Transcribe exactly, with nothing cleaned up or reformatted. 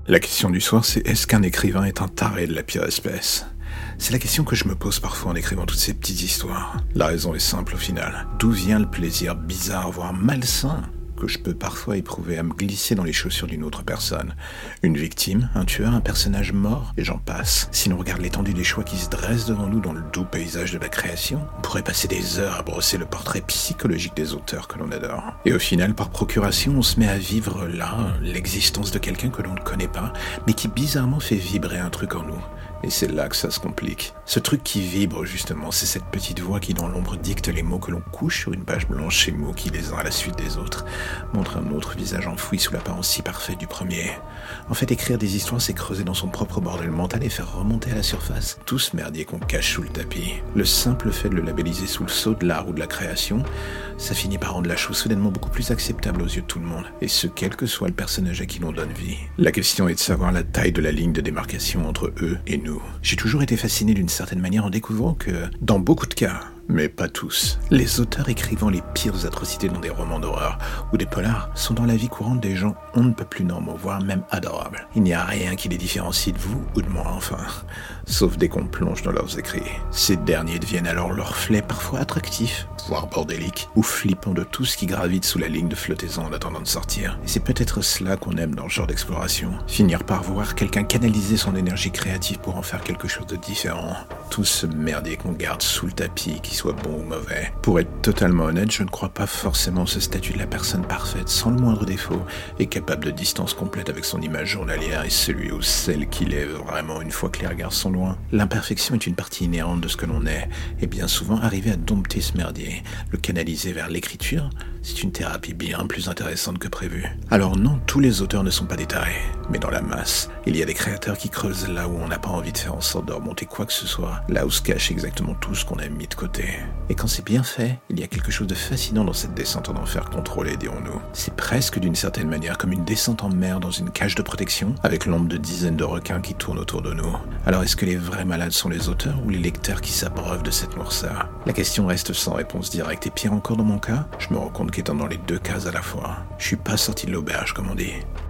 La question du soir, c'est est-ce qu'un écrivain est un taré de la pire espèce ? C'est la question que je me pose parfois en écrivant toutes ces petites histoires. La raison est simple au final. D'où vient le plaisir bizarre, voire malsain, que je peux parfois éprouver à me glisser dans les chaussures d'une autre personne? Une victime, un tueur, un personnage mort, et j'en passe. Si l'on regarde l'étendue des choix qui se dressent devant nous dans le doux paysage de la création, on pourrait passer des heures à brosser le portrait psychologique des auteurs que l'on adore. Et au final, par procuration, on se met à vivre là l'existence de quelqu'un que l'on ne connaît pas, mais qui bizarrement fait vibrer un truc en nous. Et c'est là que ça se complique. Ce truc qui vibre, justement, c'est cette petite voix qui, dans l'ombre, dicte les mots que l'on couche sur une page blanche et mots qui, les uns à la suite des autres, montrent un autre visage enfoui sous l'apparence si parfaite du premier. En fait, écrire des histoires, c'est creuser dans son propre bordel mental et faire remonter à la surface tout ce merdier qu'on cache sous le tapis. Le simple fait de le labelliser sous le sceau de l'art ou de la création, ça finit par rendre la chose soudainement beaucoup plus acceptable aux yeux de tout le monde, et ce, quel que soit le personnage à qui l'on donne vie. La question est de savoir la taille de la ligne de démarcation entre eux et nous. J'ai toujours été fasciné d'une certaine manière en découvrant que, dans beaucoup de cas, mais pas tous, les auteurs écrivant les pires atrocités dans des romans d'horreur ou des polars sont dans la vie courante des gens on ne peut plus normaux, voire même adorables. Il n'y a rien qui les différencie de vous ou de moi, enfin, sauf dès qu'on plonge dans leurs écrits. Ces derniers deviennent alors leur reflet parfois attractif, voire bordélique, ou flippant de tout ce qui gravite sous la ligne de flottaison en attendant de sortir. Et c'est peut-être cela qu'on aime dans ce genre d'exploration, finir par voir quelqu'un canaliser son énergie créative pour en faire quelque chose de différent. Tout ce merdier qu'on garde sous le tapis, qui soit bon ou mauvais. Pour être totalement honnête, je ne crois pas forcément ce statut de la personne parfaite, sans le moindre défaut, et capable de distance complète avec son image journalière et celui ou celle qu'il est vraiment une fois que les regards sont loin. L'imperfection est une partie inhérente de ce que l'on est, et bien souvent arriver à dompter ce merdier, le canaliser vers l'écriture, c'est une thérapie bien plus intéressante que prévu. Alors non, tous les auteurs ne sont pas des tarés, mais dans la masse, il y a des créateurs qui creusent là où on n'a pas envie de faire en sorte de remonter quoi que ce soit, là où se cache exactement tout ce qu'on a mis de côté. Et quand c'est bien fait, il y a quelque chose de fascinant dans cette descente en enfer contrôlée, dirons-nous. C'est presque d'une certaine manière comme une descente en mer dans une cage de protection, avec l'ombre de dizaines de requins qui tournent autour de nous. Alors est-ce que les vrais malades sont les auteurs ou les lecteurs qui s'abreuvent de cette noirceur? La question reste sans réponse directe, et pire encore dans mon cas, je me rends compte qu'étant dans les deux cases à la fois, je suis pas sorti de l'auberge comme on dit.